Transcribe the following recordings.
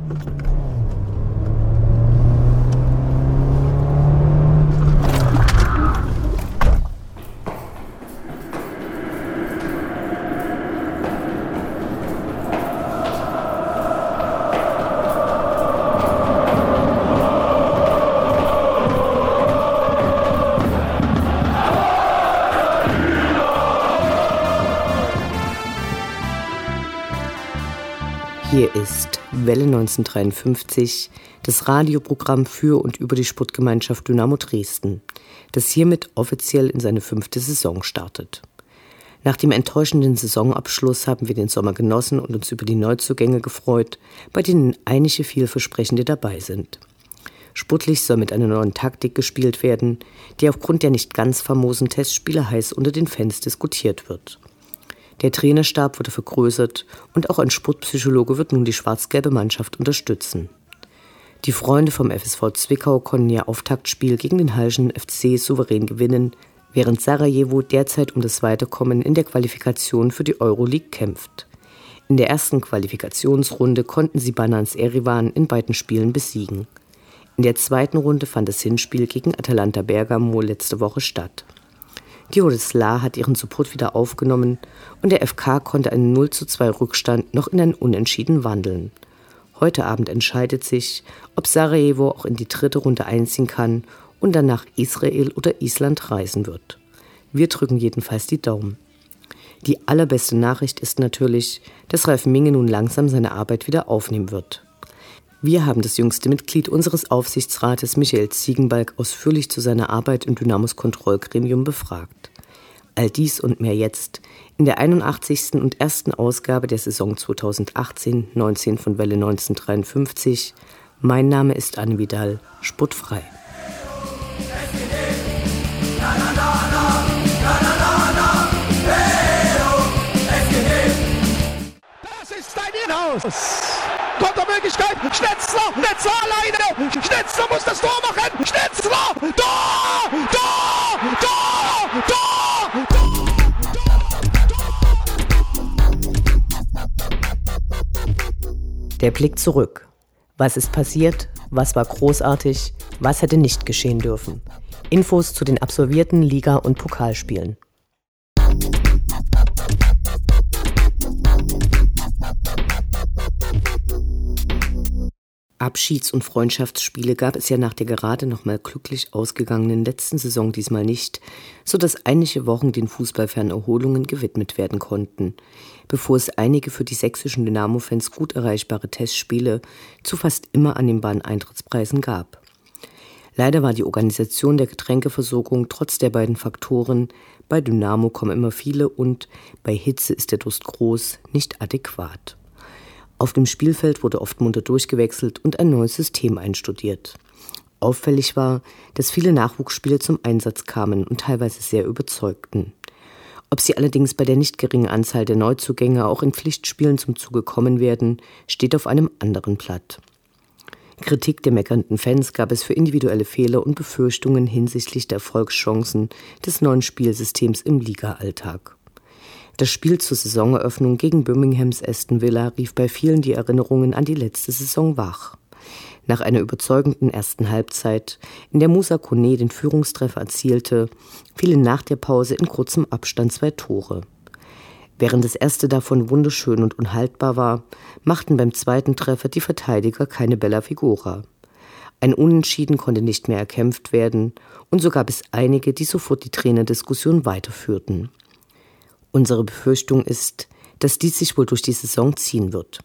Hier ist Welle 1953, das Radioprogramm für und über die Sportgemeinschaft Dynamo Dresden, das hiermit offiziell in seine 5. Saison startet. Nach dem enttäuschenden Saisonabschluss haben wir den Sommer genossen und uns über die Neuzugänge gefreut, bei denen einige vielversprechende dabei sind. Sportlich soll mit einer neuen Taktik gespielt werden, die aufgrund der nicht ganz famosen Testspiele heiß unter den Fans diskutiert wird. Der Trainerstab wurde vergrößert und auch ein Sportpsychologe wird nun die schwarz-gelbe Mannschaft unterstützen. Die Freunde vom FSV Zwickau konnten ihr Auftaktspiel gegen den Halschen FC souverän gewinnen, während Sarajevo derzeit um das Weiterkommen in der Qualifikation für die Euroleague kämpft. In der ersten Qualifikationsrunde konnten sie Banans Erivan in beiden Spielen besiegen. In der zweiten Runde fand das Hinspiel gegen Atalanta Bergamo letzte Woche statt. Dioslar hat ihren Support wieder aufgenommen und der FK konnte einen 0:2 Rückstand noch in ein Unentschieden wandeln. Heute Abend entscheidet sich, ob Sarajevo auch in die dritte Runde einziehen kann und dann nach Israel oder Island reisen wird. Wir drücken jedenfalls die Daumen. Die allerbeste Nachricht ist natürlich, dass Ralf Minge nun langsam seine Arbeit wieder aufnehmen wird. Wir haben das jüngste Mitglied unseres Aufsichtsrates, Michael Ziegenbalg, ausführlich zu seiner Arbeit im Dynamos Kontrollgremium befragt. All dies und mehr jetzt in der 81. und ersten Ausgabe der Saison 2018-19 von Welle 1953. Mein Name ist Anne Vidal, sportfrei. Das ist ein Inhouse! Kontermöglichkeit, Schnetzler alleine, Schnetzler muss das Tor machen, Schnetzler, Tor! Der Blick zurück. Was ist passiert? Was war großartig? Was hätte nicht geschehen dürfen? Infos zu den absolvierten Liga- und Pokalspielen. Abschieds- und Freundschaftsspiele gab es ja nach der gerade noch mal glücklich ausgegangenen letzten Saison diesmal nicht, sodass einige Wochen den fußballfernen Erholungen gewidmet werden konnten, bevor es einige für die sächsischen Dynamo-Fans gut erreichbare Testspiele zu fast immer annehmbaren Eintrittspreisen gab. Leider war die Organisation der Getränkeversorgung trotz der beiden Faktoren bei Dynamo kommen immer viele und bei Hitze ist der Durst groß nicht adäquat. Auf dem Spielfeld wurde oft munter durchgewechselt und ein neues System einstudiert. Auffällig war, dass viele Nachwuchsspieler zum Einsatz kamen und teilweise sehr überzeugten. Ob sie allerdings bei der nicht geringen Anzahl der Neuzugänge auch in Pflichtspielen zum Zuge kommen werden, steht auf einem anderen Blatt. Kritik der meckernden Fans gab es für individuelle Fehler und Befürchtungen hinsichtlich der Erfolgschancen des neuen Spielsystems im Liga-Alltag. Das Spiel zur Saisoneröffnung gegen Birminghams Aston Villa rief bei vielen die Erinnerungen an die letzte Saison wach. Nach einer überzeugenden ersten Halbzeit, in der Moussa Kone den Führungstreffer erzielte, fielen nach der Pause in kurzem Abstand 2 Tore. Während das erste davon wunderschön und unhaltbar war, machten beim zweiten Treffer die Verteidiger keine Bella Figura. Ein Unentschieden konnte nicht mehr erkämpft werden und so gab es einige, die sofort die Trainerdiskussion weiterführten. Unsere Befürchtung ist, dass dies sich wohl durch die Saison ziehen wird.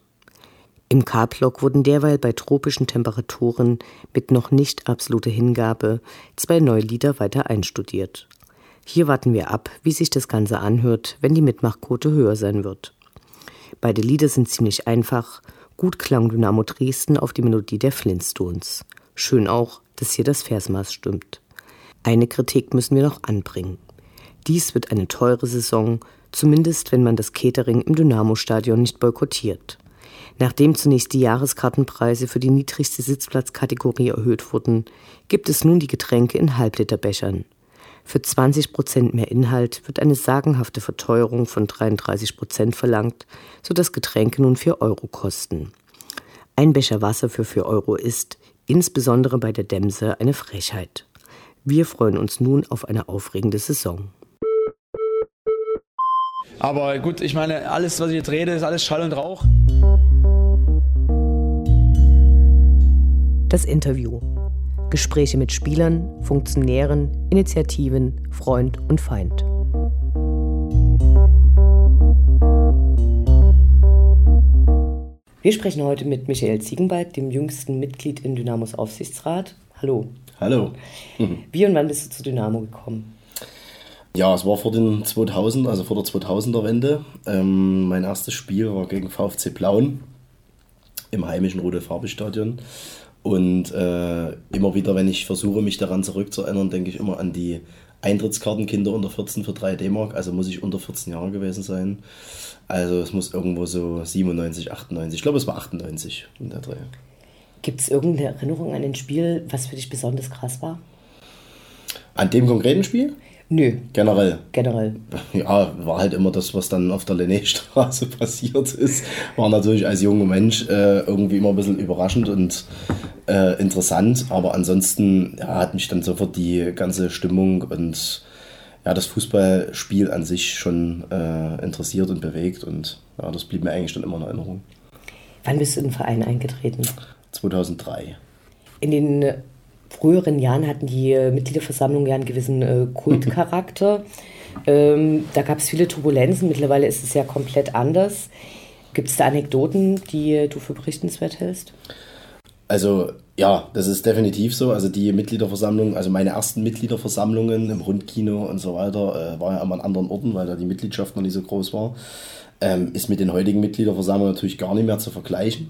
Im K-Block wurden derweil bei tropischen Temperaturen mit noch nicht absoluter Hingabe 2 neue Lieder weiter einstudiert. Hier warten wir ab, wie sich das Ganze anhört, wenn die Mitmachquote höher sein wird. Beide Lieder sind ziemlich einfach, gut klang Dynamo Dresden auf die Melodie der Flintstones. Schön auch, dass hier das Versmaß stimmt. Eine Kritik müssen wir noch anbringen. Dies wird eine teure Saison, zumindest wenn man das Catering im Dynamo-Stadion nicht boykottiert. Nachdem zunächst die Jahreskartenpreise für die niedrigste Sitzplatzkategorie erhöht wurden, gibt es nun die Getränke in Halbliterbechern. Für 20% mehr Inhalt wird eine sagenhafte Verteuerung von 33% verlangt, sodass Getränke nun 4 € kosten. Ein Becher Wasser für 4 Euro ist, insbesondere bei der Demse, eine Frechheit. Wir freuen uns nun auf eine aufregende Saison. Aber gut, ich meine, alles, was ich jetzt rede, ist alles Schall und Rauch. Das Interview. Gespräche mit Spielern, Funktionären, Initiativen, Freund und Feind. Wir sprechen heute mit Michael Ziegenbalg, dem jüngsten Mitglied in Dynamos Aufsichtsrat. Hallo. Hallo. Wie und wann bist du zu Dynamo gekommen? Ja, es war vor den 2000, also vor der 2000er-Wende. Mein erstes Spiel war gegen VfC Plauen im heimischen Rudolf-Harbig-Stadion. Und immer wieder, wenn ich versuche, mich daran zurückzuerinnern, denke ich immer an die Eintrittskartenkinder unter 14 für 3 D-Mark. Also muss ich unter 14 Jahre gewesen sein. Also es muss irgendwo so 97, 98. Ich glaube, es war 98 in der Dreh. Gibt es irgendeine Erinnerung an ein Spiel, was für dich besonders krass war? An dem konkreten Spiel? Nö. Generell. Ja, war halt immer das, was dann auf der Linné-Straße passiert ist. War natürlich als junger Mensch irgendwie immer ein bisschen überraschend und interessant. Aber ansonsten hat mich dann sofort die ganze Stimmung und das Fußballspiel an sich schon interessiert und bewegt. Und das blieb mir eigentlich dann immer in Erinnerung. Wann bist du in den Verein eingetreten? 2003. In den früheren Jahren hatten die Mitgliederversammlungen ja einen gewissen Kultcharakter. Da gab es viele Turbulenzen. Mittlerweile ist es ja komplett anders. Gibt es da Anekdoten, die du für berichtenswert hältst? Also ja, das ist definitiv so. Also die Mitgliederversammlung, also meine ersten Mitgliederversammlungen im Rundkino und so weiter, war ja immer an anderen Orten, weil da die Mitgliedschaft noch nicht so groß war. Ist mit den heutigen Mitgliederversammlungen natürlich gar nicht mehr zu vergleichen.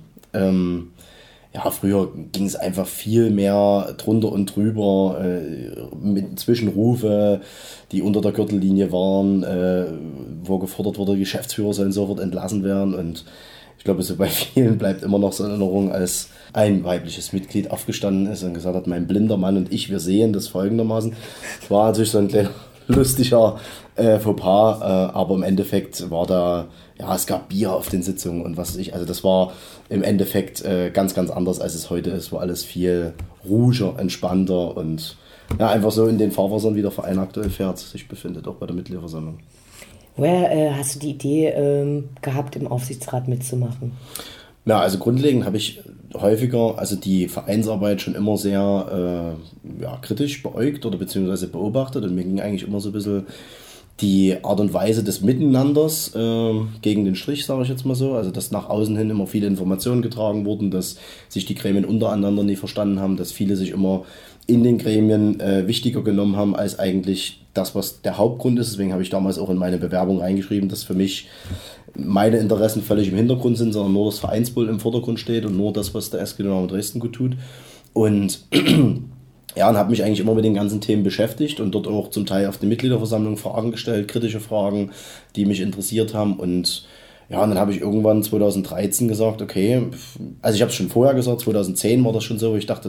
Früher ging es einfach viel mehr drunter und drüber, mit Zwischenrufe, die unter der Gürtellinie waren, wo gefordert wurde, Geschäftsführer sollen sofort entlassen werden. Und ich glaube, so bei vielen bleibt immer noch so in Erinnerung, als ein weibliches Mitglied aufgestanden ist und gesagt hat, mein blinder Mann und ich, wir sehen das folgendermaßen. Es war natürlich so ein kleiner lustiger Fauxpas, aber im Endeffekt war da, es gab Bier auf den Sitzungen und was weiß ich, also das war im Endeffekt ganz, ganz anders, als es heute ist, wo alles viel ruhiger, entspannter und einfach so in den Fahrwassern, wie der Verein aktuell fährt, sich befindet, auch bei der Mitgliederversammlung. Woher hast du die Idee gehabt, im Aufsichtsrat mitzumachen? Ja, also grundlegend habe ich häufiger, also die Vereinsarbeit schon immer sehr kritisch beäugt oder beziehungsweise beobachtet und mir ging eigentlich immer so ein bisschen die Art und Weise des Miteinanders gegen den Strich, sage ich jetzt mal so. Also dass nach außen hin immer viele Informationen getragen wurden, dass sich die Gremien untereinander nie verstanden haben, dass viele sich immer in den Gremien wichtiger genommen haben als eigentlich das, was der Hauptgrund ist. Deswegen habe ich damals auch in meine Bewerbung reingeschrieben, dass für mich meine Interessen völlig im Hintergrund sind, sondern nur das Vereinsbild im Vordergrund steht und nur das, was der SG Dynamo Dresden gut tut. Und und habe mich eigentlich immer mit den ganzen Themen beschäftigt und dort auch zum Teil auf der Mitgliederversammlung Fragen gestellt, kritische Fragen, die mich interessiert haben. Und dann habe ich irgendwann 2013 gesagt, okay, also ich habe es schon vorher gesagt, 2010 war das schon so, wo ich dachte,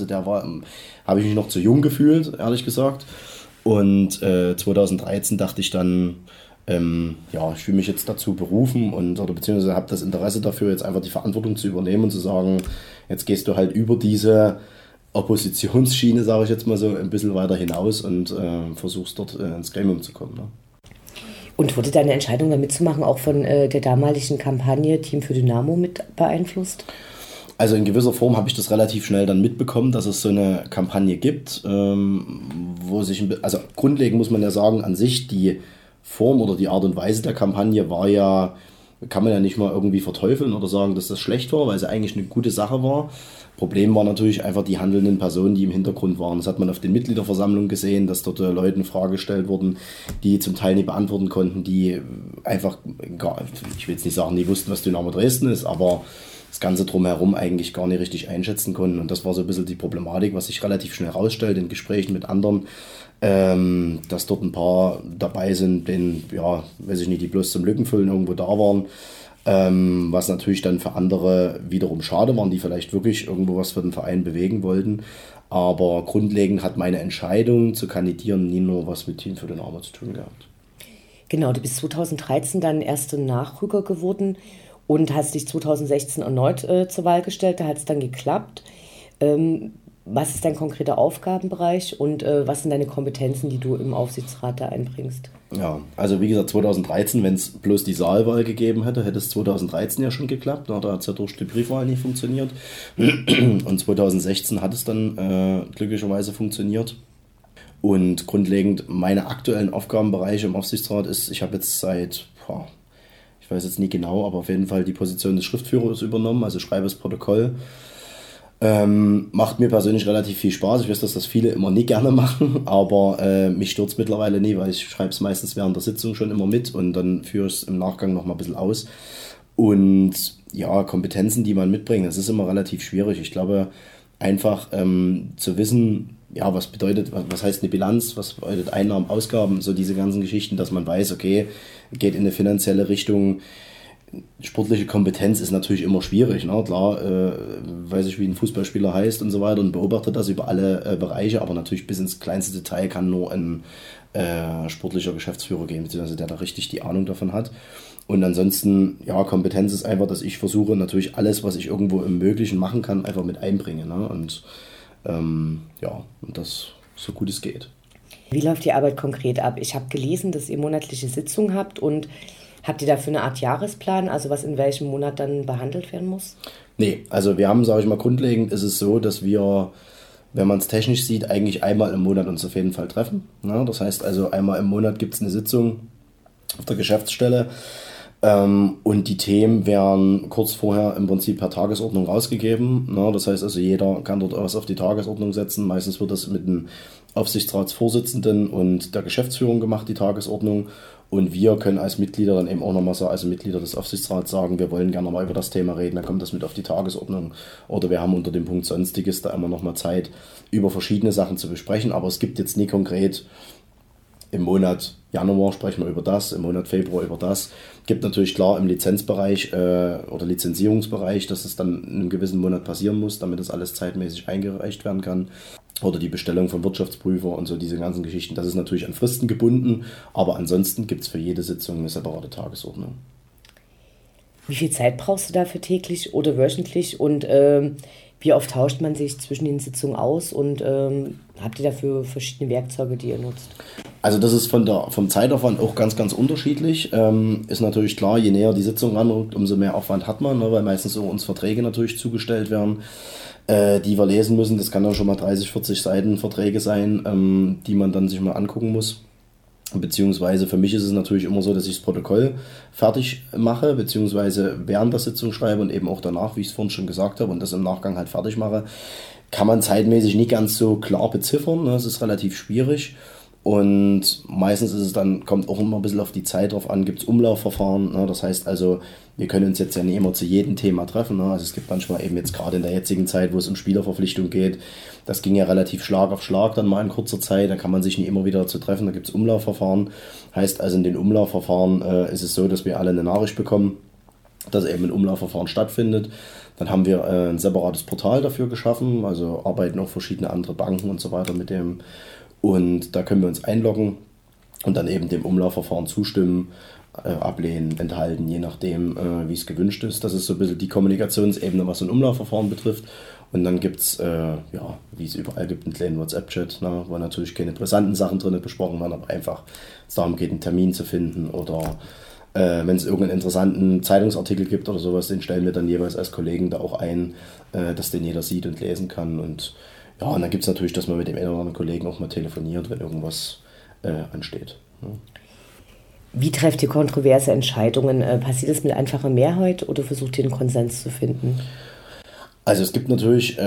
habe ich mich noch zu jung gefühlt, ehrlich gesagt. Und 2013 dachte ich dann, ich fühle mich jetzt dazu berufen beziehungsweise habe das Interesse dafür, jetzt einfach die Verantwortung zu übernehmen und zu sagen, jetzt gehst du halt über diese Oppositionsschiene, sage ich jetzt mal so, ein bisschen weiter hinaus und versuchst dort ins Gremium zu kommen. Ne? Und wurde deine Entscheidung, da mitzumachen, auch von der damaligen Kampagne Team für Dynamo mit beeinflusst? Also in gewisser Form habe ich das relativ schnell dann mitbekommen, dass es so eine Kampagne gibt, also grundlegend muss man ja sagen, an sich die Form oder die Art und Weise der Kampagne kann man ja nicht mal irgendwie verteufeln oder sagen, dass das schlecht war, weil es eigentlich eine gute Sache war. Problem war natürlich einfach die handelnden Personen, die im Hintergrund waren. Das hat man auf den Mitgliederversammlungen gesehen, dass dort Leuten Fragen gestellt wurden, die zum Teil nicht beantworten konnten, die einfach, ich will jetzt nicht sagen, nie wussten, was Dynamo Dresden ist, aber das Ganze drumherum eigentlich gar nicht richtig einschätzen konnten. Und das war so ein bisschen die Problematik, was sich relativ schnell herausstellt in Gesprächen mit anderen, dass dort ein paar dabei sind, denen, weiß ich nicht, die bloß zum Lückenfüllen irgendwo da waren. Was natürlich dann für andere wiederum schade waren, die vielleicht wirklich irgendwo was für den Verein bewegen wollten. Aber grundlegend hat meine Entscheidung zu kandidieren nie nur was mit Team für Dynamo zu tun gehabt. Genau, du bist 2013 dann erster Nachrücker geworden und hast dich 2016 erneut zur Wahl gestellt. Da hat es dann geklappt. Was ist dein konkreter Aufgabenbereich und was sind deine Kompetenzen, die du im Aufsichtsrat da einbringst? Ja, also wie gesagt, 2013, wenn es bloß die Saalwahl gegeben hätte, hätte es 2013 ja schon geklappt. Da hat es ja durch die Briefwahl nicht funktioniert. Und 2016 hat es dann glücklicherweise funktioniert. Und grundlegend meine aktuellen Aufgabenbereiche im Aufsichtsrat ist, ich habe jetzt seit, ich weiß jetzt nicht genau, aber auf jeden Fall die Position des Schriftführers übernommen, also schreibe das Protokoll. Macht mir persönlich relativ viel Spaß. Ich weiß, dass das viele immer nicht gerne machen, aber mich stört es mittlerweile nie, weil ich schreibe es meistens während der Sitzung schon immer mit und dann führe ich es im Nachgang nochmal ein bisschen aus. Und ja, Kompetenzen, die man mitbringt, das ist immer relativ schwierig. Ich glaube, einfach zu wissen, ja, was bedeutet, was heißt eine Bilanz, was bedeutet Einnahmen, Ausgaben, so diese ganzen Geschichten, dass man weiß, okay, geht in eine finanzielle Richtung. Sportliche Kompetenz ist natürlich immer schwierig, ne? Klar, weiß ich, wie ein Fußballspieler heißt und so weiter und beobachtet das über alle Bereiche, aber natürlich bis ins kleinste Detail kann nur ein sportlicher Geschäftsführer gehen, beziehungsweise der da richtig die Ahnung davon hat. Und ansonsten, ja, Kompetenz ist einfach, dass ich versuche, natürlich alles, was ich irgendwo im Möglichen machen kann, einfach mit einbringen, ne? Und und das so gut es geht. Wie läuft die Arbeit konkret ab? Ich habe gelesen, dass ihr monatliche Sitzungen habt und habt ihr dafür eine Art Jahresplan, also was in welchem Monat dann behandelt werden muss? Nee, also wir haben, sage ich mal, grundlegend ist es so, dass wir, wenn man es technisch sieht, eigentlich einmal im Monat uns auf jeden Fall treffen. Ja, das heißt also, einmal im Monat gibt es eine Sitzung auf der Geschäftsstelle und die Themen werden kurz vorher im Prinzip per Tagesordnung rausgegeben. Ja, das heißt also, jeder kann dort was auf die Tagesordnung setzen. Meistens wird das mit dem Aufsichtsratsvorsitzenden und der Geschäftsführung gemacht, die Tagesordnung. Und wir können als Mitglieder dann eben auch nochmal sagen, also Mitglieder des Aufsichtsrats sagen, wir wollen gerne mal über das Thema reden, dann kommt das mit auf die Tagesordnung. Oder wir haben unter dem Punkt Sonstiges da immer nochmal Zeit, über verschiedene Sachen zu besprechen. Aber es gibt jetzt nie konkret, im Monat Januar sprechen wir über das, im Monat Februar über das. Gibt natürlich klar im Lizenzbereich oder Lizenzierungsbereich, dass es dann in einem gewissen Monat passieren muss, damit das alles zeitmäßig eingereicht werden kann. Oder die Bestellung von Wirtschaftsprüfer und so diese ganzen Geschichten. Das ist natürlich an Fristen gebunden, aber ansonsten gibt es für jede Sitzung eine separate Tagesordnung. Wie viel Zeit brauchst du dafür täglich oder wöchentlich und wie oft tauscht man sich zwischen den Sitzungen aus und habt ihr dafür verschiedene Werkzeuge, die ihr nutzt? Also das ist vom Zeitaufwand auch ganz, ganz unterschiedlich. Ist natürlich klar, je näher die Sitzung ranrückt, umso mehr Aufwand hat man, ne, weil meistens auch uns Verträge natürlich zugestellt werden, die wir lesen müssen. Das kann dann schon mal 30, 40 Seiten Verträge sein, die man dann sich mal angucken muss. Beziehungsweise für mich ist es natürlich immer so, dass ich das Protokoll fertig mache, beziehungsweise während der Sitzung schreibe und eben auch danach, wie ich es vorhin schon gesagt habe, und das im Nachgang halt fertig mache, kann man zeitmäßig nicht ganz so klar beziffern. Ne? Das ist relativ schwierig. Und meistens ist es dann, kommt auch immer ein bisschen auf die Zeit drauf an, gibt es Umlaufverfahren. Ne? Das heißt also, wir können uns jetzt ja nicht immer zu jedem Thema treffen. Ne? Also es gibt manchmal eben jetzt gerade in der jetzigen Zeit, wo es um Spielerverpflichtung geht, das ging ja relativ Schlag auf Schlag dann mal in kurzer Zeit, da kann man sich nicht immer wieder dazu treffen, da gibt es Umlaufverfahren. Heißt also, in den Umlaufverfahren ist es so, dass wir alle eine Nachricht bekommen, dass eben ein Umlaufverfahren stattfindet. Dann haben wir ein separates Portal dafür geschaffen, also arbeiten auch verschiedene andere Banken und so weiter mit dem. Und da können wir uns einloggen und dann eben dem Umlaufverfahren zustimmen, ablehnen, enthalten, je nachdem, wie es gewünscht ist. Das ist so ein bisschen die Kommunikationsebene, was ein Umlaufverfahren betrifft. Und dann gibt es, wie es überall gibt, einen kleinen WhatsApp-Chat, ne, wo natürlich keine brisanten Sachen drin besprochen werden, aber einfach es darum geht, einen Termin zu finden oder wenn es irgendeinen interessanten Zeitungsartikel gibt oder sowas, den stellen wir dann jeweils als Kollegen da auch ein, dass den jeder sieht und lesen kann. Und ja, und dann gibt es natürlich, dass man mit dem einen oder anderen Kollegen auch mal telefoniert, wenn irgendwas ansteht. Ja. Wie trefft ihr kontroverse Entscheidungen? Passiert es mit einfacher Mehrheit oder versucht ihr einen Konsens zu finden? Also es gibt natürlich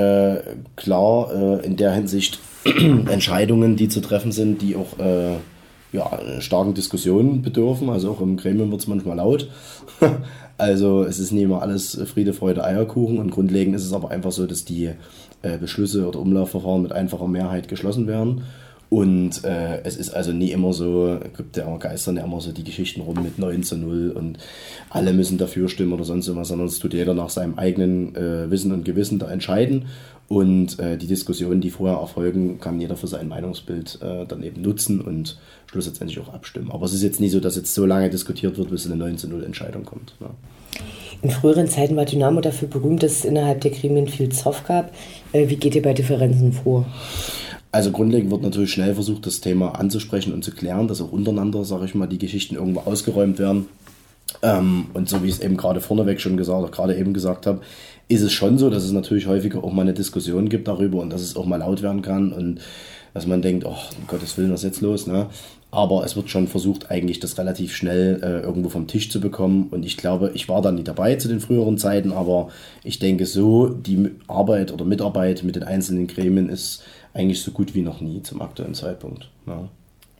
klar in der Hinsicht Entscheidungen, die zu treffen sind, die auch starken Diskussionen bedürfen. Also auch im Gremium wird es manchmal laut. Also es ist nicht immer alles Friede, Freude, Eierkuchen. Und grundlegend ist es aber einfach so, dass die Beschlüsse oder Umlaufverfahren mit einfacher Mehrheit geschlossen werden. Und es ist also nie immer so, geistern ja immer so die Geschichten rum mit 9:0 und alle müssen dafür stimmen oder sonst was, sondern es tut jeder nach seinem eigenen Wissen und Gewissen da entscheiden. Und die Diskussionen, die vorher erfolgen, kann jeder für sein Meinungsbild dann eben nutzen und schlussendlich auch abstimmen. Aber es ist jetzt nie so, dass jetzt so lange diskutiert wird, bis eine 9:0 Entscheidung kommt. Ja. In früheren Zeiten war Dynamo dafür berühmt, dass es innerhalb der Gremien viel Zoff gab. Wie geht ihr bei Differenzen vor? Also grundlegend wird natürlich schnell versucht, das Thema anzusprechen und zu klären, dass auch untereinander, sage ich mal, die Geschichten irgendwo ausgeräumt werden. Und so wie ich es eben gerade vorneweg schon gesagt habe, ist es schon so, dass es natürlich häufiger auch mal eine Diskussion gibt darüber und dass es auch mal laut werden kann und dass man denkt, oh, um Gottes Willen, was ist jetzt los, ne? Aber es wird schon versucht, eigentlich das relativ schnell irgendwo vom Tisch zu bekommen. Und ich glaube, ich war da nie dabei zu den früheren Zeiten, aber ich denke so, die Arbeit oder Mitarbeit mit den einzelnen Gremien ist eigentlich so gut wie noch nie zum aktuellen Zeitpunkt. Ja.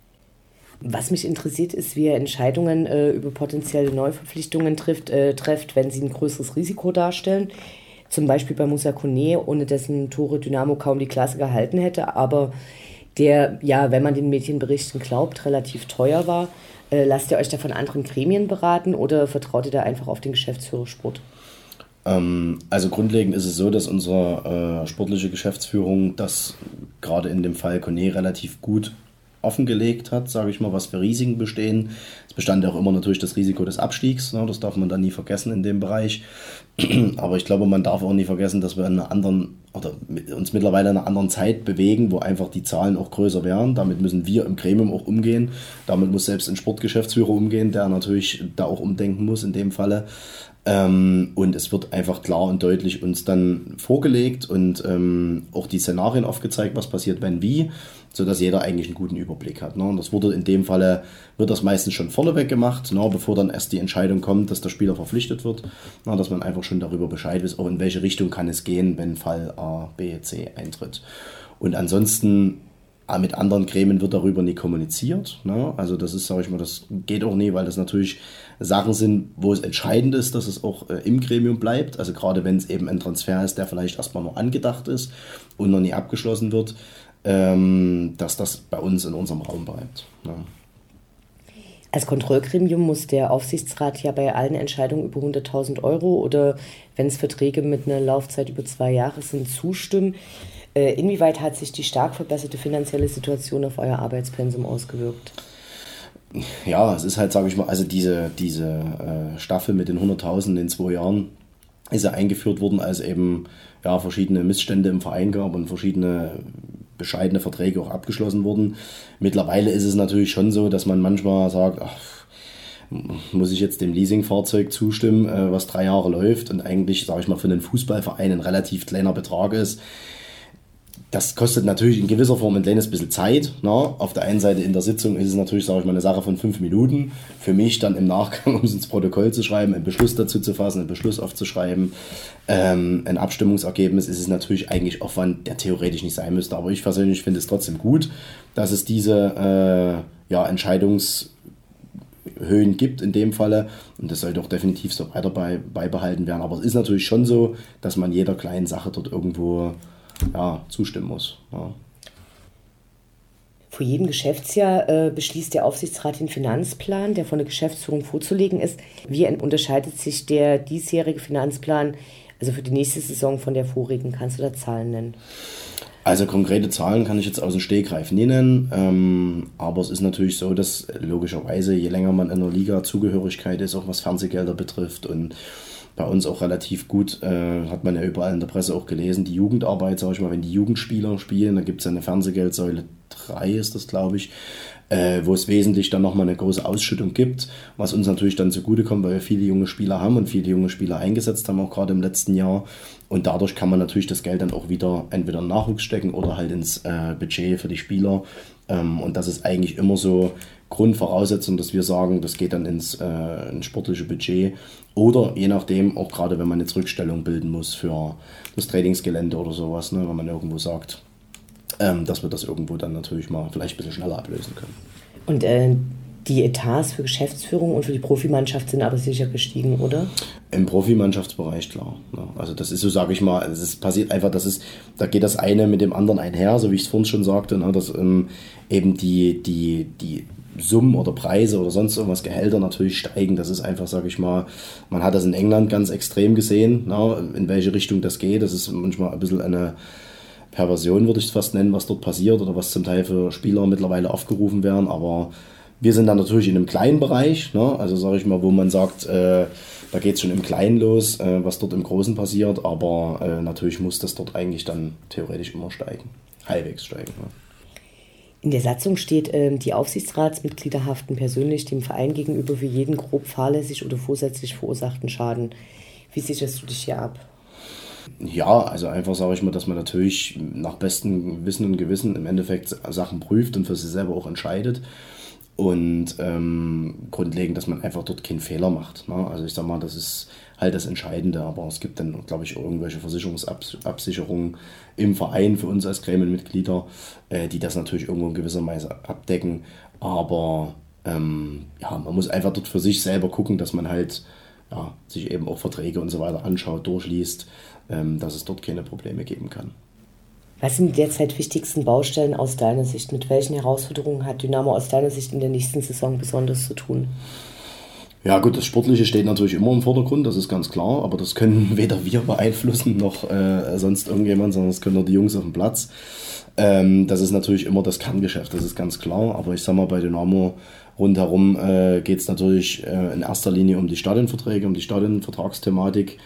Was mich interessiert, ist, wie ihr Entscheidungen über potenzielle Neuverpflichtungen trefft, wenn sie ein größeres Risiko darstellen. Zum Beispiel bei Moussa Kone, ohne dessen Tore Dynamo kaum die Klasse gehalten hätte, aber der, ja, wenn man den Medienberichten glaubt, relativ teuer war. Lasst ihr euch da von anderen Gremien beraten oder vertraut ihr da einfach auf den Geschäftsführer Sport? Also grundlegend ist es so, dass unsere sportliche Geschäftsführung das gerade in dem Fall Kone relativ gut offengelegt hat, sage ich mal, was für Risiken bestehen. Es bestand ja auch immer natürlich das Risiko des Abstiegs, ne? Das darf man dann nie vergessen in dem Bereich. Aber ich glaube, man darf auch nie vergessen, dass wir in einer anderen oder uns mittlerweile in einer anderen Zeit bewegen, wo einfach die Zahlen auch größer werden. Damit müssen wir im Gremium auch umgehen. Damit muss selbst ein Sportgeschäftsführer umgehen, der natürlich da auch umdenken muss in dem Falle. Und es wird einfach klar und deutlich uns dann vorgelegt und auch die Szenarien aufgezeigt, was passiert, wenn, wie, sodass jeder eigentlich einen guten Überblick hat. Ne? Und das wurde in dem Falle, wird das meistens schon vorneweg gemacht, ne? Bevor dann erst die Entscheidung kommt, dass der Spieler verpflichtet wird, ne? Dass man einfach schon darüber Bescheid weiß, auch in welche Richtung kann es gehen, wenn Fall A, B, C eintritt. Und ansonsten mit anderen Gremien wird darüber nie kommuniziert. Ne? Also das ist, sage ich mal, das geht auch nie, weil das natürlich Sachen sind, wo es entscheidend ist, dass es auch im Gremium bleibt. Also gerade wenn es eben ein Transfer ist, der vielleicht erstmal nur angedacht ist und noch nie abgeschlossen wird, dass das bei uns in unserem Raum bleibt. Ne? Als Kontrollgremium muss der Aufsichtsrat ja bei allen Entscheidungen über 100.000 Euro oder wenn es Verträge mit einer Laufzeit über 2 Jahre sind, zustimmen. Inwieweit hat sich die stark verbesserte finanzielle Situation auf euer Arbeitspensum ausgewirkt? Ja, es ist halt, sage ich mal, also diese Staffel mit den 100.000 in 2 Jahren ist ja eingeführt worden, als eben ja, verschiedene Missstände im Verein gab und verschiedene bescheidene Verträge auch abgeschlossen wurden. Mittlerweile ist es natürlich schon so, dass man manchmal sagt, ach, muss ich jetzt dem Leasingfahrzeug zustimmen, was 3 Jahre läuft und eigentlich, sage ich mal, für einen Fußballverein ein relativ kleiner Betrag ist. Das kostet natürlich in gewisser Form ein kleines bisschen Zeit. Ne? Auf der einen Seite in der Sitzung ist es natürlich, sage ich mal, eine Sache von 5 Minuten. Für mich dann im Nachgang, um es ins Protokoll zu schreiben, einen Beschluss dazu zu fassen, einen Beschluss aufzuschreiben, ein Abstimmungsergebnis, ist es natürlich eigentlich Aufwand, der theoretisch nicht sein müsste. Aber ich persönlich finde es trotzdem gut, dass es diese Entscheidungshöhen gibt in dem Falle. Und das sollte auch definitiv so weiter beibehalten werden. Aber es ist natürlich schon so, dass man jeder kleinen Sache dort irgendwo zustimmen muss. Ja. Vor jedem Geschäftsjahr beschließt der Aufsichtsrat den Finanzplan, der von der Geschäftsführung vorzulegen ist. Wie unterscheidet sich der diesjährige Finanzplan, also für die nächste Saison, von der vorigen? Kannst du da Zahlen nennen? Also konkrete Zahlen kann ich jetzt aus dem Stegreif nie nennen, aber es ist natürlich so, dass logischerweise, je länger man in der Liga-Zugehörigkeit ist, auch was Fernsehgelder betrifft und bei uns auch relativ gut, hat man ja überall in der Presse auch gelesen, die Jugendarbeit, sag ich mal, wenn die Jugendspieler spielen, da gibt es ja eine Fernsehgeldsäule 3 ist das, glaube ich, wo es wesentlich dann nochmal eine große Ausschüttung gibt, was uns natürlich dann zugutekommt, weil wir viele junge Spieler haben und viele junge Spieler eingesetzt haben, auch gerade im letzten Jahr. Und dadurch kann man natürlich das Geld dann auch wieder entweder in Nachwuchs stecken oder halt ins Budget für die Spieler. Und das ist eigentlich immer so Grundvoraussetzung, dass wir sagen, das geht dann ins sportliche Budget oder je nachdem, auch gerade wenn man eine Rückstellung bilden muss für das Trainingsgelände oder sowas, ne, wenn man irgendwo sagt, dass wir das irgendwo dann natürlich mal vielleicht ein bisschen schneller ablösen können. Und Die Etats für Geschäftsführung und für die Profimannschaft sind aber sicher gestiegen, oder? Im Profimannschaftsbereich, klar. Ja, also das ist so, sage ich mal, es passiert einfach, da geht das eine mit dem anderen einher, so wie ich es vorhin schon sagte, ne, dass eben die Summen oder Preise oder sonst irgendwas, Gehälter natürlich steigen. Das ist einfach, sage ich mal, man hat das in England ganz extrem gesehen, ne, in welche Richtung das geht. Das ist manchmal ein bisschen eine Perversion, würde ich es fast nennen, was dort passiert oder was zum Teil für Spieler mittlerweile aufgerufen werden, aber wir sind dann natürlich in einem kleinen Bereich, ne? Also sage ich mal, wo man sagt, da geht es schon im Kleinen los, was dort im Großen passiert, aber natürlich muss das dort eigentlich dann theoretisch immer steigen, halbwegs steigen. Ne? In der Satzung steht, die Aufsichtsratsmitglieder haften persönlich dem Verein gegenüber für jeden grob fahrlässig oder vorsätzlich verursachten Schaden. Wie sicherst du dich hier ab? Ja, also einfach sage ich mal, dass man natürlich nach bestem Wissen und Gewissen im Endeffekt Sachen prüft und für sich selber auch entscheidet. Und grundlegend, dass man einfach dort keinen Fehler macht. Ne? Also ich sag mal, das ist halt das Entscheidende, aber es gibt dann, glaube ich, irgendwelche Versicherungsabsicherungen im Verein für uns als Gremienmitglieder, die das natürlich irgendwo in gewisser Weise abdecken. Aber ja, man muss einfach dort für sich selber gucken, dass man halt sich eben auch Verträge und so weiter anschaut, durchliest, dass es dort keine Probleme geben kann. Was sind die derzeit wichtigsten Baustellen aus deiner Sicht? Mit welchen Herausforderungen hat Dynamo aus deiner Sicht in der nächsten Saison besonders zu tun? Ja gut, das Sportliche steht natürlich immer im Vordergrund, das ist ganz klar, aber das können weder wir beeinflussen noch sonst irgendjemand, sondern das können nur die Jungs auf dem Platz. Das ist natürlich immer das Kerngeschäft, das ist ganz klar, aber ich sag mal, bei Dynamo rundherum geht es natürlich in erster Linie um die Stadionverträge, um die Stadionvertragsthematik,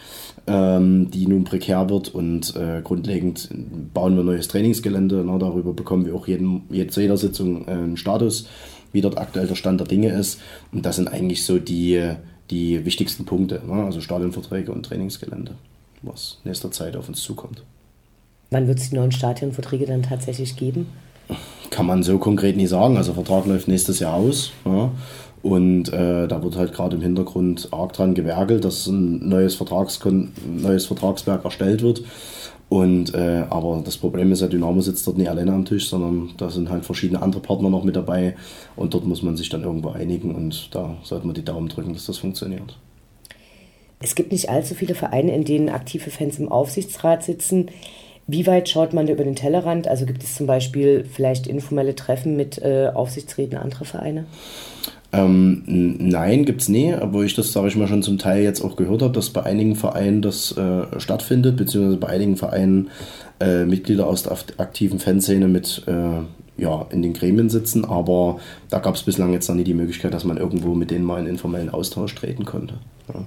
die nun prekär wird und grundlegend bauen wir neues Trainingsgelände. Na, darüber bekommen wir auch jeder Sitzung einen Status, wie dort aktuell der Stand der Dinge ist. Und das sind eigentlich so die wichtigsten Punkte, ne? Also Stadionverträge und Trainingsgelände, was in nächster Zeit auf uns zukommt. Wann wird es die neuen Stadionverträge dann tatsächlich geben? Kann man so konkret nicht sagen. Also der Vertrag läuft nächstes Jahr aus. Ja. Und da wird halt gerade im Hintergrund arg dran gewerkelt, dass ein neues Vertragswerk erstellt wird. Und aber das Problem ist ja, Dynamo sitzt dort nicht alleine am Tisch, sondern da sind halt verschiedene andere Partner noch mit dabei. Und dort muss man sich dann irgendwo einigen und da sollte man die Daumen drücken, dass das funktioniert. Es gibt nicht allzu viele Vereine, in denen aktive Fans im Aufsichtsrat sitzen. Wie weit schaut man da über den Tellerrand? Also gibt es zum Beispiel vielleicht informelle Treffen mit Aufsichtsräten anderer Vereine? Nein, gibt's nie, obwohl ich das, sage ich mal, schon zum Teil jetzt auch gehört habe, dass bei einigen Vereinen das stattfindet, beziehungsweise bei einigen Vereinen Mitglieder aus der aktiven Fanszene mit in den Gremien sitzen, aber da gab es bislang jetzt noch nie die Möglichkeit, dass man irgendwo mit denen mal in informellen Austausch treten konnte. Ja.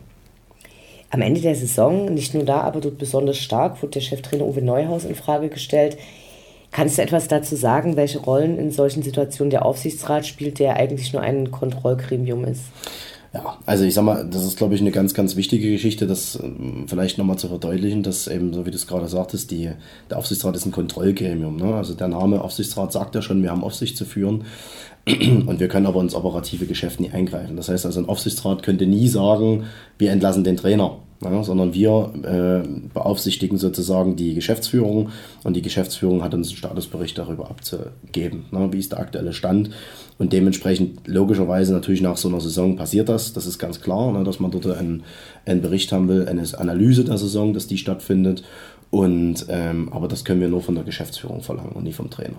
Am Ende der Saison, nicht nur da, aber dort besonders stark, wurde der Cheftrainer Uwe Neuhaus in Frage gestellt. Kannst du etwas dazu sagen, welche Rollen in solchen Situationen der Aufsichtsrat spielt, der eigentlich nur ein Kontrollgremium ist? Ja, also ich sag mal, das ist, glaube ich, eine ganz, ganz wichtige Geschichte, das vielleicht nochmal zu verdeutlichen, dass eben, so wie du es gerade sagtest, der Aufsichtsrat ist ein Kontrollgremium. Ne? Also der Name Aufsichtsrat sagt ja schon, wir haben Aufsicht zu führen und wir können aber ins operative Geschäft nie eingreifen. Das heißt also, ein Aufsichtsrat könnte nie sagen, wir entlassen den Trainer. Ja, sondern wir beaufsichtigen sozusagen die Geschäftsführung und die Geschäftsführung hat uns einen Statusbericht darüber abzugeben, ne, wie ist der aktuelle Stand und dementsprechend logischerweise natürlich nach so einer Saison passiert das ist ganz klar, ne, dass man dort einen Bericht haben will, eine Analyse der Saison, dass die stattfindet und aber das können wir nur von der Geschäftsführung verlangen und nicht vom Trainer.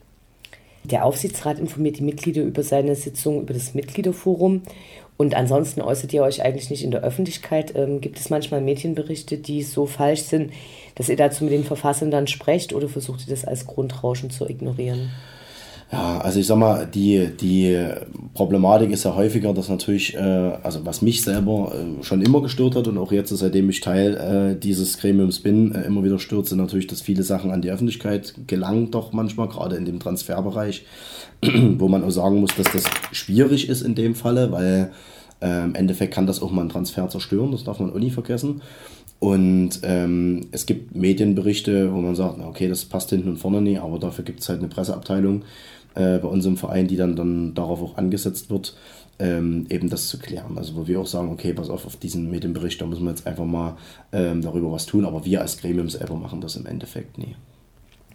Der Aufsichtsrat informiert die Mitglieder über seine Sitzung, über das Mitgliederforum. Und ansonsten äußert ihr euch eigentlich nicht in der Öffentlichkeit. Gibt es manchmal Medienberichte, die so falsch sind, dass ihr dazu mit den Verfassern dann sprecht oder versucht ihr das als Grundrauschen zu ignorieren? Ja, also ich sag mal, die Problematik ist ja häufiger, dass natürlich, also was mich selber schon immer gestört hat und auch jetzt, seitdem ich Teil dieses Gremiums bin, immer wieder stört, sind natürlich, dass viele Sachen an die Öffentlichkeit gelangen, doch manchmal, gerade in dem Transferbereich, wo man auch sagen muss, dass das schwierig ist in dem Falle, weil im Endeffekt kann das auch mal einen Transfer zerstören, das darf man auch nie vergessen. Und es gibt Medienberichte, wo man sagt, okay, das passt hinten und vorne nie, aber dafür gibt es halt eine Presseabteilung bei uns im Verein, die dann darauf auch angesetzt wird, eben das zu klären. Also wo wir auch sagen, okay, pass auf diesen Medienbericht, da müssen wir jetzt einfach mal darüber was tun, aber wir als Gremium selber machen das im Endeffekt nie.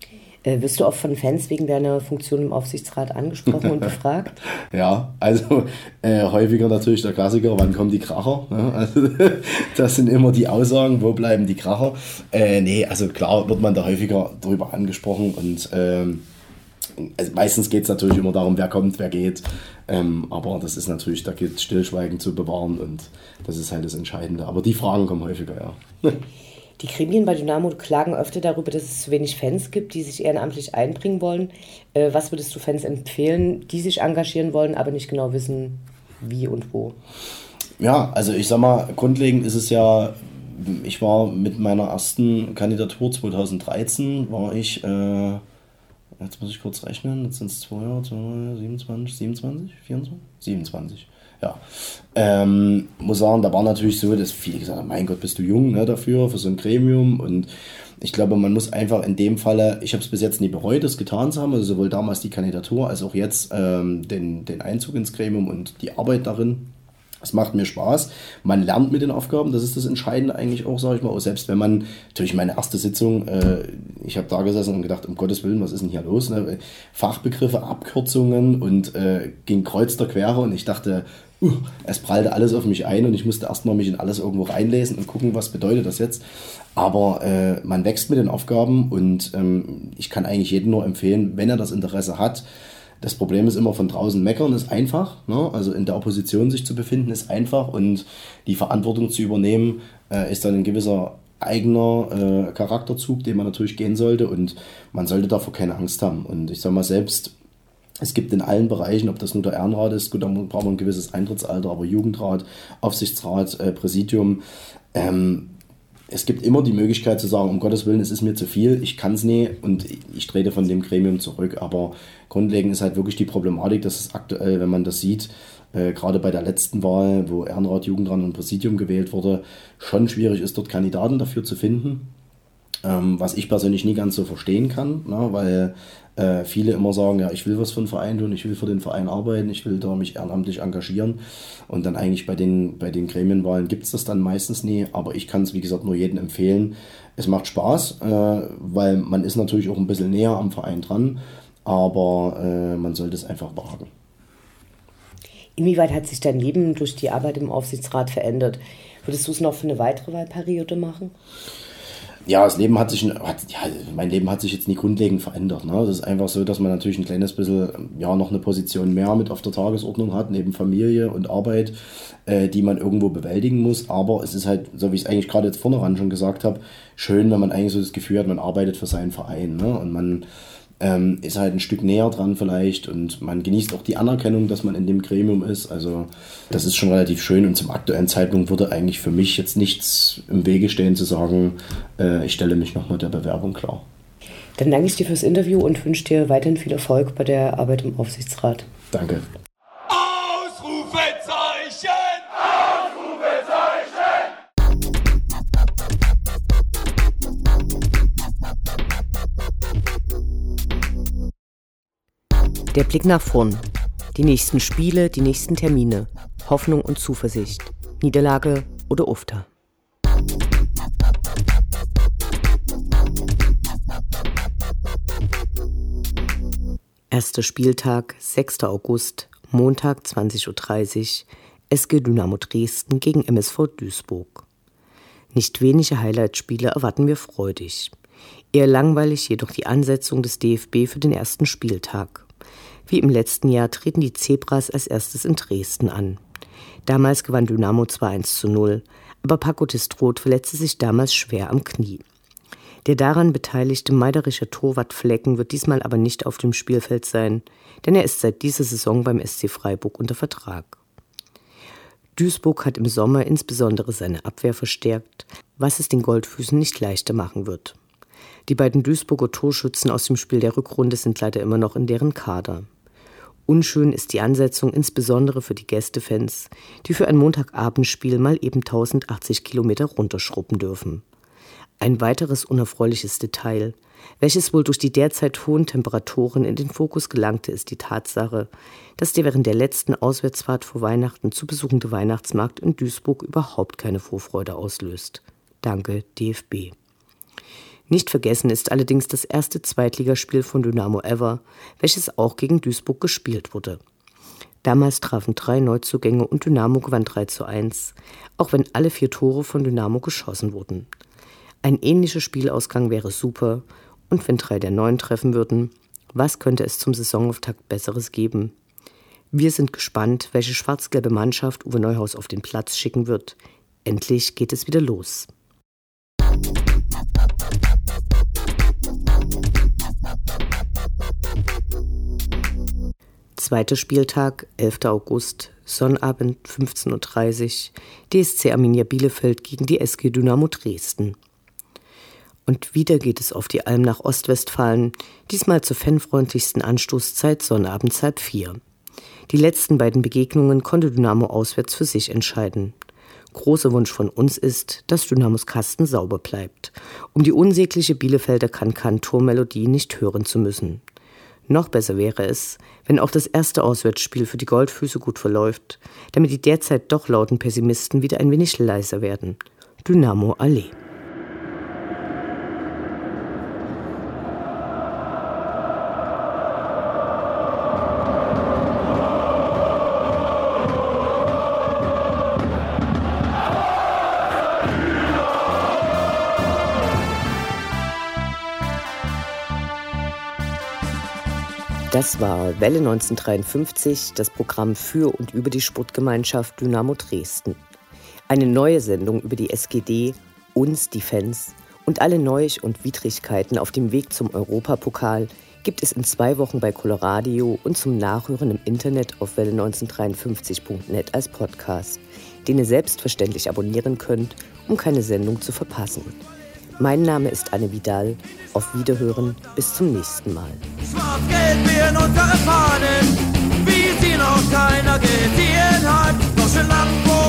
Wirst du oft von Fans wegen deiner Funktion im Aufsichtsrat angesprochen und befragt? Ja, also häufiger natürlich der Klassiker, wann kommen die Kracher? Ja, also, das sind immer die Aussagen, wo bleiben die Kracher? Nee, also klar wird man da häufiger drüber angesprochen und also meistens geht es natürlich immer darum, wer kommt, wer geht. Aber das ist natürlich, da gilt Stillschweigen zu bewahren und das ist halt das Entscheidende. Aber die Fragen kommen häufiger, ja. Die Gremien bei Dynamo klagen öfter darüber, dass es zu wenig Fans gibt, die sich ehrenamtlich einbringen wollen. Was würdest du Fans empfehlen, die sich engagieren wollen, aber nicht genau wissen, wie und wo? Ja, also ich sag mal, grundlegend ist es ja, ich war mit meiner ersten Kandidatur 2013, war ich, jetzt muss ich kurz rechnen, jetzt sind es 2 Jahre, 27, 24? 27. Ja, muss sagen, da war natürlich so, dass viele gesagt haben, mein Gott, bist du jung, ne, dafür, für so ein Gremium, und ich glaube, man muss einfach in dem Falle, ich habe es bis jetzt nie bereut, das getan zu haben, also sowohl damals die Kandidatur als auch jetzt den Einzug ins Gremium und die Arbeit darin. Es macht mir Spaß, man lernt mit den Aufgaben, das ist das Entscheidende eigentlich auch, sage ich mal, auch selbst wenn man, natürlich meine erste Sitzung, ich habe da gesessen und gedacht, um Gottes Willen, was ist denn hier los, ne? Fachbegriffe, Abkürzungen und ging kreuz der Quere und ich dachte, es prallte alles auf mich ein und ich musste erstmal mich in alles irgendwo reinlesen und gucken, was bedeutet das jetzt, aber man wächst mit den Aufgaben und ich kann eigentlich jedem nur empfehlen, wenn er das Interesse hat. Das Problem ist immer, von draußen meckern ist einfach, ne? Also in der Opposition sich zu befinden ist einfach und die Verantwortung zu übernehmen ist dann ein gewisser eigener Charakterzug, den man natürlich gehen sollte und man sollte davor keine Angst haben. Und ich sage mal selbst, es gibt in allen Bereichen, ob das nur der Ehrenrat ist, gut, da braucht man ein gewisses Eintrittsalter, aber Jugendrat, Aufsichtsrat, Präsidium, es gibt immer die Möglichkeit zu sagen, um Gottes Willen, es ist mir zu viel, ich kann es nie und ich trete von dem Gremium zurück. Aber grundlegend ist halt wirklich die Problematik, dass es aktuell, wenn man das sieht, gerade bei der letzten Wahl, wo Ehrenrat, Jugendrat und Präsidium gewählt wurde, schon schwierig ist, dort Kandidaten dafür zu finden. Was ich persönlich nie ganz so verstehen kann, ne, weil viele immer sagen, ja, ich will was für den Verein tun, ich will für den Verein arbeiten, ich will da mich ehrenamtlich engagieren und dann eigentlich bei den Gremienwahlen gibt es das dann meistens nie, aber ich kann es wie gesagt nur jedem empfehlen. Es macht Spaß, weil man ist natürlich auch ein bisschen näher am Verein dran, aber man sollte es einfach wagen. Inwieweit hat sich dein Leben durch die Arbeit im Aufsichtsrat verändert? Würdest du es noch für eine weitere Wahlperiode machen? Ja, mein Leben hat sich jetzt nie grundlegend verändert. Ne? Das ist einfach so, dass man natürlich ein kleines bisschen, ja, noch eine Position mehr mit auf der Tagesordnung hat, neben Familie und Arbeit, die man irgendwo bewältigen muss. Aber es ist halt, so wie ich es eigentlich gerade jetzt vorne ran schon gesagt habe, schön, wenn man eigentlich so das Gefühl hat, man arbeitet für seinen Verein. Ne? Und man ist halt ein Stück näher dran vielleicht und man genießt auch die Anerkennung, dass man in dem Gremium ist. Also das ist schon relativ schön und zum aktuellen Zeitpunkt würde eigentlich für mich jetzt nichts im Wege stehen zu sagen, ich stelle mich nochmal der Bewerbung klar. Dann danke ich dir fürs Interview und wünsche dir weiterhin viel Erfolg bei der Arbeit im Aufsichtsrat. Danke. Ausrufezeichen! Der Blick nach vorn. Die nächsten Spiele, die nächsten Termine. Hoffnung und Zuversicht. Niederlage oder Ufter. Erster Spieltag, 6. August, Montag 20.30 Uhr, SG Dynamo Dresden gegen MSV Duisburg. Nicht wenige Highlight-Spiele erwarten wir freudig. Eher langweilig jedoch die Ansetzung des DFB für den ersten Spieltag. Wie im letzten Jahr treten die Zebras als erstes in Dresden an. Damals gewann Dynamo zwar 1:0, aber Paco Testroth verletzte sich damals schwer am Knie. Der daran beteiligte meiderische Torwart Flecken wird diesmal aber nicht auf dem Spielfeld sein, denn er ist seit dieser Saison beim SC Freiburg unter Vertrag. Duisburg hat im Sommer insbesondere seine Abwehr verstärkt, was es den Goldfüßen nicht leichter machen wird. Die beiden Duisburger Torschützen aus dem Spiel der Rückrunde sind leider immer noch in deren Kader. Unschön ist die Ansetzung insbesondere für die Gästefans, die für ein Montagabendspiel mal eben 1080 Kilometer runterschrubben dürfen. Ein weiteres unerfreuliches Detail, welches wohl durch die derzeit hohen Temperaturen in den Fokus gelangte, ist die Tatsache, dass der während der letzten Auswärtsfahrt vor Weihnachten zu besuchende Weihnachtsmarkt in Duisburg überhaupt keine Vorfreude auslöst. Danke, DFB. Nicht vergessen ist allerdings das erste Zweitligaspiel von Dynamo ever, welches auch gegen Duisburg gespielt wurde. Damals trafen 3 Neuzugänge und Dynamo gewann 3:1, auch wenn alle 4 Tore von Dynamo geschossen wurden. Ein ähnlicher Spielausgang wäre super, und wenn 3 der Neuen treffen würden, was könnte es zum Saisonauftakt Besseres geben? Wir sind gespannt, welche schwarz-gelbe Mannschaft Uwe Neuhaus auf den Platz schicken wird. Endlich geht es wieder los. Zweiter Spieltag, 11. August, Sonnabend 15:30 Uhr, DSC Arminia Bielefeld gegen die SG Dynamo Dresden. Und wieder geht es auf die Alm nach Ostwestfalen, diesmal zur fanfreundlichsten Anstoßzeit sonnabends 3:30. Die letzten beiden Begegnungen konnte Dynamo auswärts für sich entscheiden. Großer Wunsch von uns ist, dass Dynamos Kasten sauber bleibt, um die unsägliche Bielefelder Kann-Kann-Tormelodie nicht hören zu müssen. Noch besser wäre es, wenn auch das erste Auswärtsspiel für die Goldfüße gut verläuft, damit die derzeit doch lauten Pessimisten wieder ein wenig leiser werden. Dynamo Allee. Das war Welle 1953, das Programm für und über die Sportgemeinschaft Dynamo Dresden. Eine neue Sendung über die SGD, uns, die Fans und alle Neu- und Widrigkeiten auf dem Weg zum Europapokal gibt es in 2 Wochen bei Coloradio und zum Nachhören im Internet auf welle1953.net als Podcast, den ihr selbstverständlich abonnieren könnt, um keine Sendung zu verpassen. Mein Name ist Anne Vidal. Auf Wiederhören, bis zum nächsten Mal. Schwarz-Gelb in unsere Fahnen, wie sie noch keiner gesehen hat. Deutsche Lampen